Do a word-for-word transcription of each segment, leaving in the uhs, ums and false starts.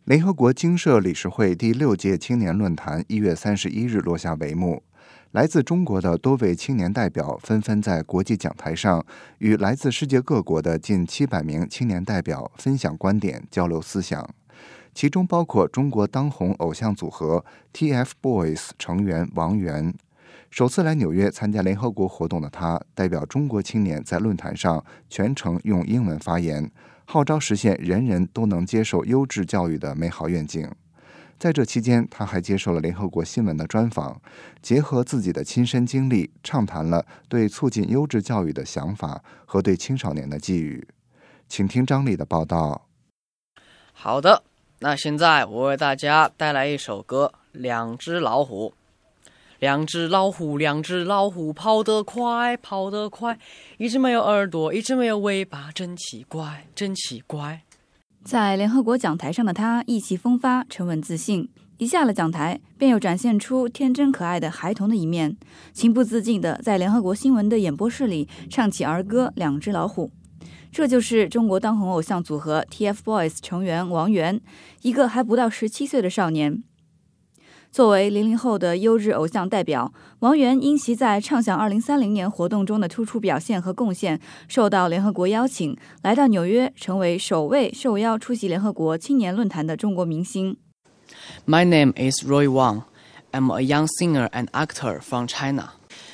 联合国经社理事会第六届青年论坛一月三十一日落下帷幕，来自中国的多位青年代表纷纷在国际讲台上与来自世界各国的近七百名青年代表分享观点、交流思想，其中包括中国当红偶像组合 T F Boys 成员王源。首次来纽约参加联合国活动的他，代表中国青年在论坛上全程用英文发言，号召实现人人都能接受优质教育的美好愿景。在这期间，他还接受了联合国新闻的专访，结合自己的亲身经历，畅谈了对促进优质教育的想法和对青少年的寄语。请听张丽的报道。 好的，那现在我为大家带来一首歌《两只老虎》。两只老虎，两只老虎，跑得快，跑得快，一只没有耳朵，一只没有尾巴，真奇怪，真奇怪。 在联合国讲台上的他意气风发，沉稳自信，一下了讲台便又展现出天真可爱的孩童的一面，情不自禁地在联合国新闻的演播室里唱起儿歌《两只老虎》。这就是中国当红偶像组合 T F Boys 成员王源，一个还不到十七岁的少年。作为零零后的优质偶像代表，王源因其在畅想二零三零年活动中的突出表现和贡献，受到联合国邀请，来到纽约，成为首位受邀出席联合国青年论坛的中国明星。 My name is Roy Wang. I'm a young singer and actor from China.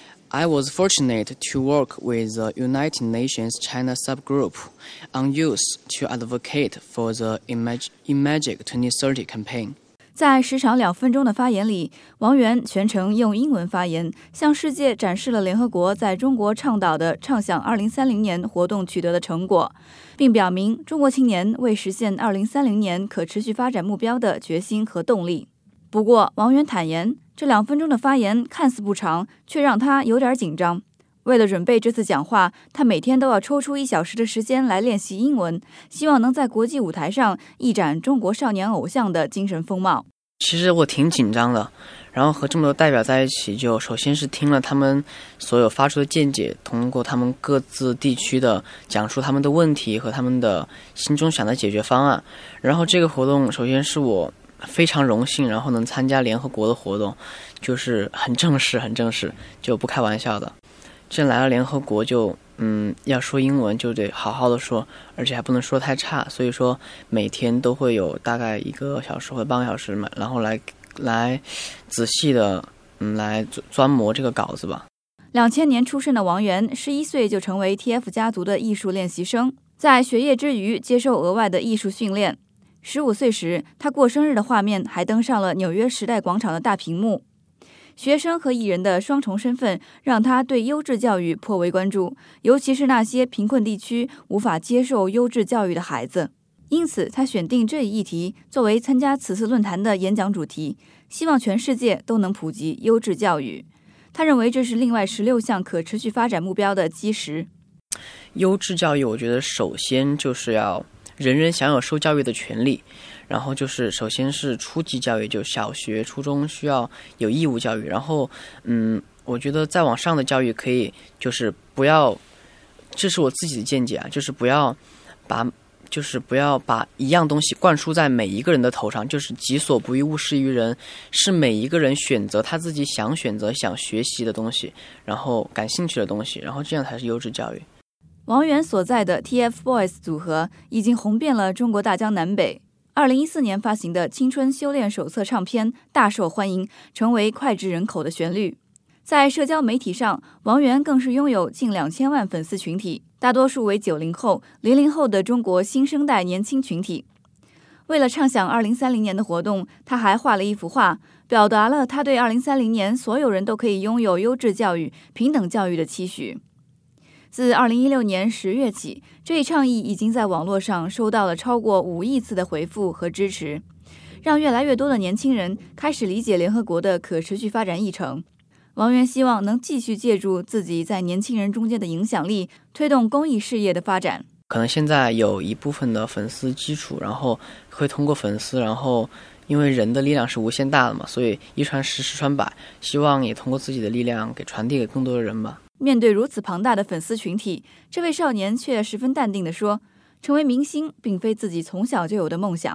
I was fortunate to work with the United Nations China subgroup on youth to advocate for the Imagine twenty thirty campaign. 在时长两分钟的发言里，王源全程用英文发言，向世界展示了联合国在中国倡导的畅想二零三零年活动取得的成果，并表明中国青年为实现二零三零年可持续发展目标的决心和动力。不过，王源坦言，这两分钟的发言看似不长，却让他有点紧张。为了准备这次讲话，他每天都要抽出一小时的时间来练习英文，希望能在国际舞台上一展中国少年偶像的精神风貌。 其实我挺紧张的，然后和这么多代表在一起，就首先是听了他们所有发出的见解，通过他们各自地区的讲述他们的问题和他们的心中想的解决方案。然后这个活动首先是我非常荣幸，然后能参加联合国的活动，就是很正式很正式，就不开玩笑的。既然来了联合国，就嗯要说英文就得好好的说，而且还不能说太差，所以说每天都会有大概一个小时或半个小时嘛，然后来来仔细的嗯来钻磨这个稿子吧。 两千年出生的王源，十一岁就成为 T F 家族的艺术练习生，在学业之余接受额外的艺术训练。十五岁时，他过生日的画面还登上了纽约时代广场的大屏幕。学生和艺人的双重身份让他对优质教育颇为关注，尤其是那些贫困地区无法接受优质教育的孩子。因此，他选定这一议题作为参加此次论坛的演讲主题，希望全世界都能普及优质教育。他认为这是另外十六项可持续发展目标的基石。 优质教育，我觉得首先就是要人人享有受教育的权利。然后就是首先是初级教育，就小学初中需要有义务教育，然后嗯我觉得再往上的教育可以就是不要，这是我自己的见解啊，就是不要把就是不要把一样东西灌输在每一个人的头上，就是己所不欲勿施于人，是每一个人选择他自己想选择想学习的东西，然后感兴趣的东西，然后这样才是优质教育。 王源所在的 T F Boys 组合已经红遍了中国大江南北，二零一四年发行的青春修炼手册唱片大受欢迎，成为脍炙人口的旋律。在社交媒体上，王源更是拥有近两千万粉丝群体，大多数为九零后、零零后的中国新生代年轻群体。为了畅想二零三零年的活动，他还画了一幅画，表达了他对二零三零年所有人都可以拥有优质教育、平等教育的期许。自二零一六年十月起，这一倡议已经在网络上收到了超过五亿次的回复和支持，让越来越多的年轻人开始理解联合国的可持续发展议程。王源希望能继续借助自己在年轻人中间的影响力，推动公益事业的发展。 可能现在有一部分的粉丝基础，然后会通过粉丝，然后因为人的力量是无限大的嘛，所以一传十，十传百，希望也通过自己的力量给传递给更多的人吧。 面对如此庞大的粉丝群体，这位少年却十分淡定地说，成为明星并非自己从小就有的梦想，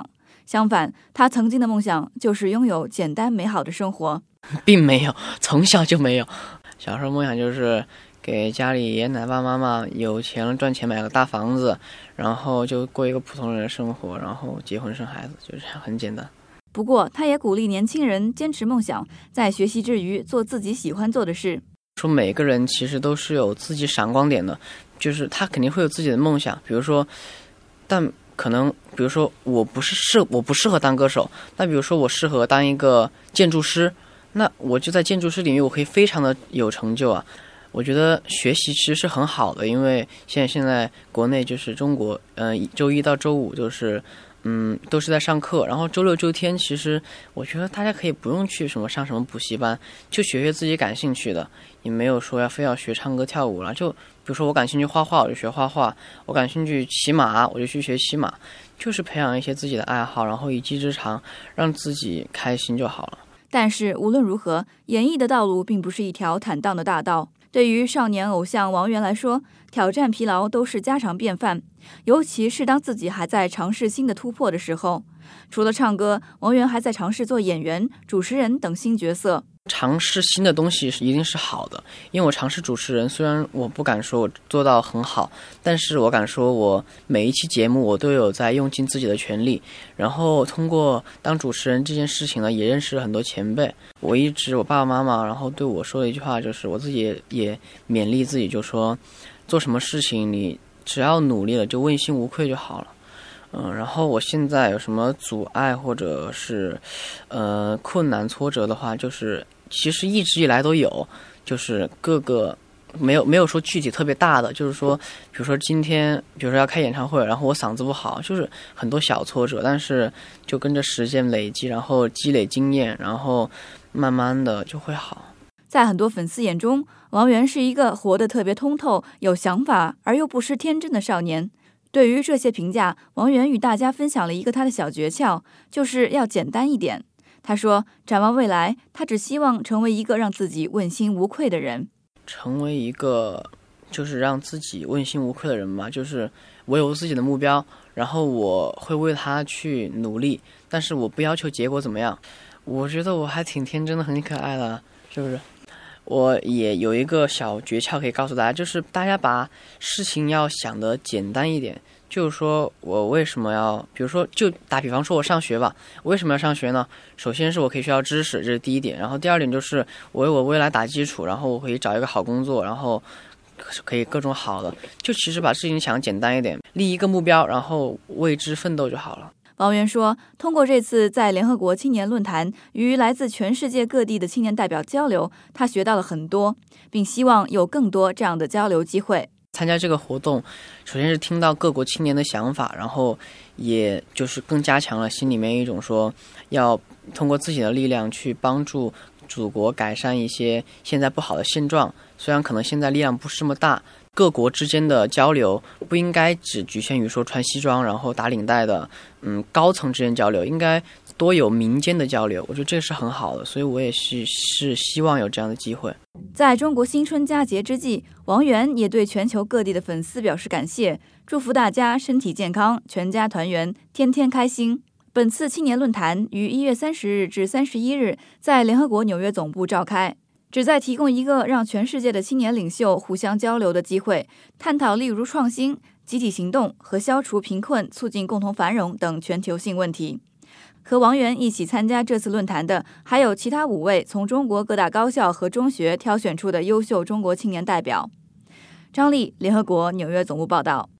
相反，他曾经的梦想就是拥有简单美好的生活。 并没有，从小就没有。小时候梦想就是给家里爷爷奶奶爸爸妈妈有钱了赚钱买个大房子，然后就过一个普通人的生活，然后结婚生孩子，就这样，很简单。 不过，他也鼓励年轻人坚持梦想，在学习之余做自己喜欢做的事。 说每个人其实都是有自己闪光点的，就是他肯定会有自己的梦想，比如说，但可能比如说我不是适我不适合当歌手，那比如说我适合当一个建筑师，那我就在建筑师领域我可以非常的有成就啊。我觉得学习其实是很好的，因为现在现在国内就是中国，嗯、呃，周一到周五就是嗯，都是在上课，然后周六周天其实我觉得大家可以不用去什么上什么补习班，就学学自己感兴趣的，也没有说要非要学唱歌跳舞了。就比如说我感兴趣画画，我就学画画；我感兴趣骑马，我就去学骑马，就是培养一些自己的爱好，然后一技之长，让自己开心就好了。 但是无论如何，演艺的道路并不是一条坦荡的大道。对于少年偶像王源来说，挑战疲劳都是家常便饭，尤其是当自己还在尝试新的突破的时候。除了唱歌，王源还在尝试做演员、主持人等新角色。 尝试新的东西一定是好的，因为我尝试主持人，虽然我不敢说我做到很好，但是我敢说我每一期节目我都有在用尽自己的全力，然后通过当主持人这件事情呢，也认识了很多前辈。我一直我爸爸妈妈然后对我说的一句话就是，我自己 也, 也勉励自己，就说做什么事情你只要努力了就问心无愧就好了。嗯，然后我现在有什么阻碍或者是呃困难挫折的话，就是其实一直以来都有，就是各个没有没有说具体特别大的，就是说比如说今天比如说要开演唱会，然后我嗓子不好，就是很多小挫折，但是就跟着时间累积，然后积累经验，然后慢慢的就会好。 在很多粉丝眼中，王源是一个活得特别通透、有想法而又不失天真的少年。对于这些评价，王源与大家分享了一个他的小诀窍，就是要简单一点。他说，展望未来，他只希望成为一个让自己问心无愧的人。 成为一个就是让自己问心无愧的人嘛，就是我有自己的目标，然后我会为他去努力，但是我不要求结果怎么样。我觉得我还挺天真的，很可爱的，是不是？我也有一个小诀窍可以告诉大家，就是大家把事情要想得简单一点。就是说我为什么要，比如说就打比方说我上学吧，我为什么要上学呢？首先是我可以学到知识，这是第一点，然后第二点就是我为我未来打基础，然后我可以找一个好工作，然后可以各种好的，就其实把事情想简单一点，立一个目标，然后为之奋斗就好了。 王源说，通过这次在联合国青年论坛与来自全世界各地的青年代表交流，他学到了很多，并希望有更多这样的交流机会。 参加这个活动，首先是听到各国青年的想法，然后也就是更加强了心里面一种说要通过自己的力量去帮助祖国改善一些现在不好的现状。虽然可能现在力量不是这么大，各国之间的交流不应该只局限于说穿西装然后打领带的嗯高层之间交流，应该多有民间的交流，我觉得这是很好的，所以我也是是希望有这样的机会。 在中国新春佳节之际，王源也对全球各地的粉丝表示感谢，祝福大家身体健康，全家团圆，天天开心。本次青年论坛于一月三十日至三十一日在联合国纽约总部召开，旨在提供一个让全世界的青年领袖互相交流的机会，探讨例如创新、集体行动和消除贫困、促进共同繁荣等全球性问题。和王源一起参加这次论坛的还有其他五位从中国各大高校和中学挑选出的优秀中国青年代表。张丽，联合国纽约总部报道。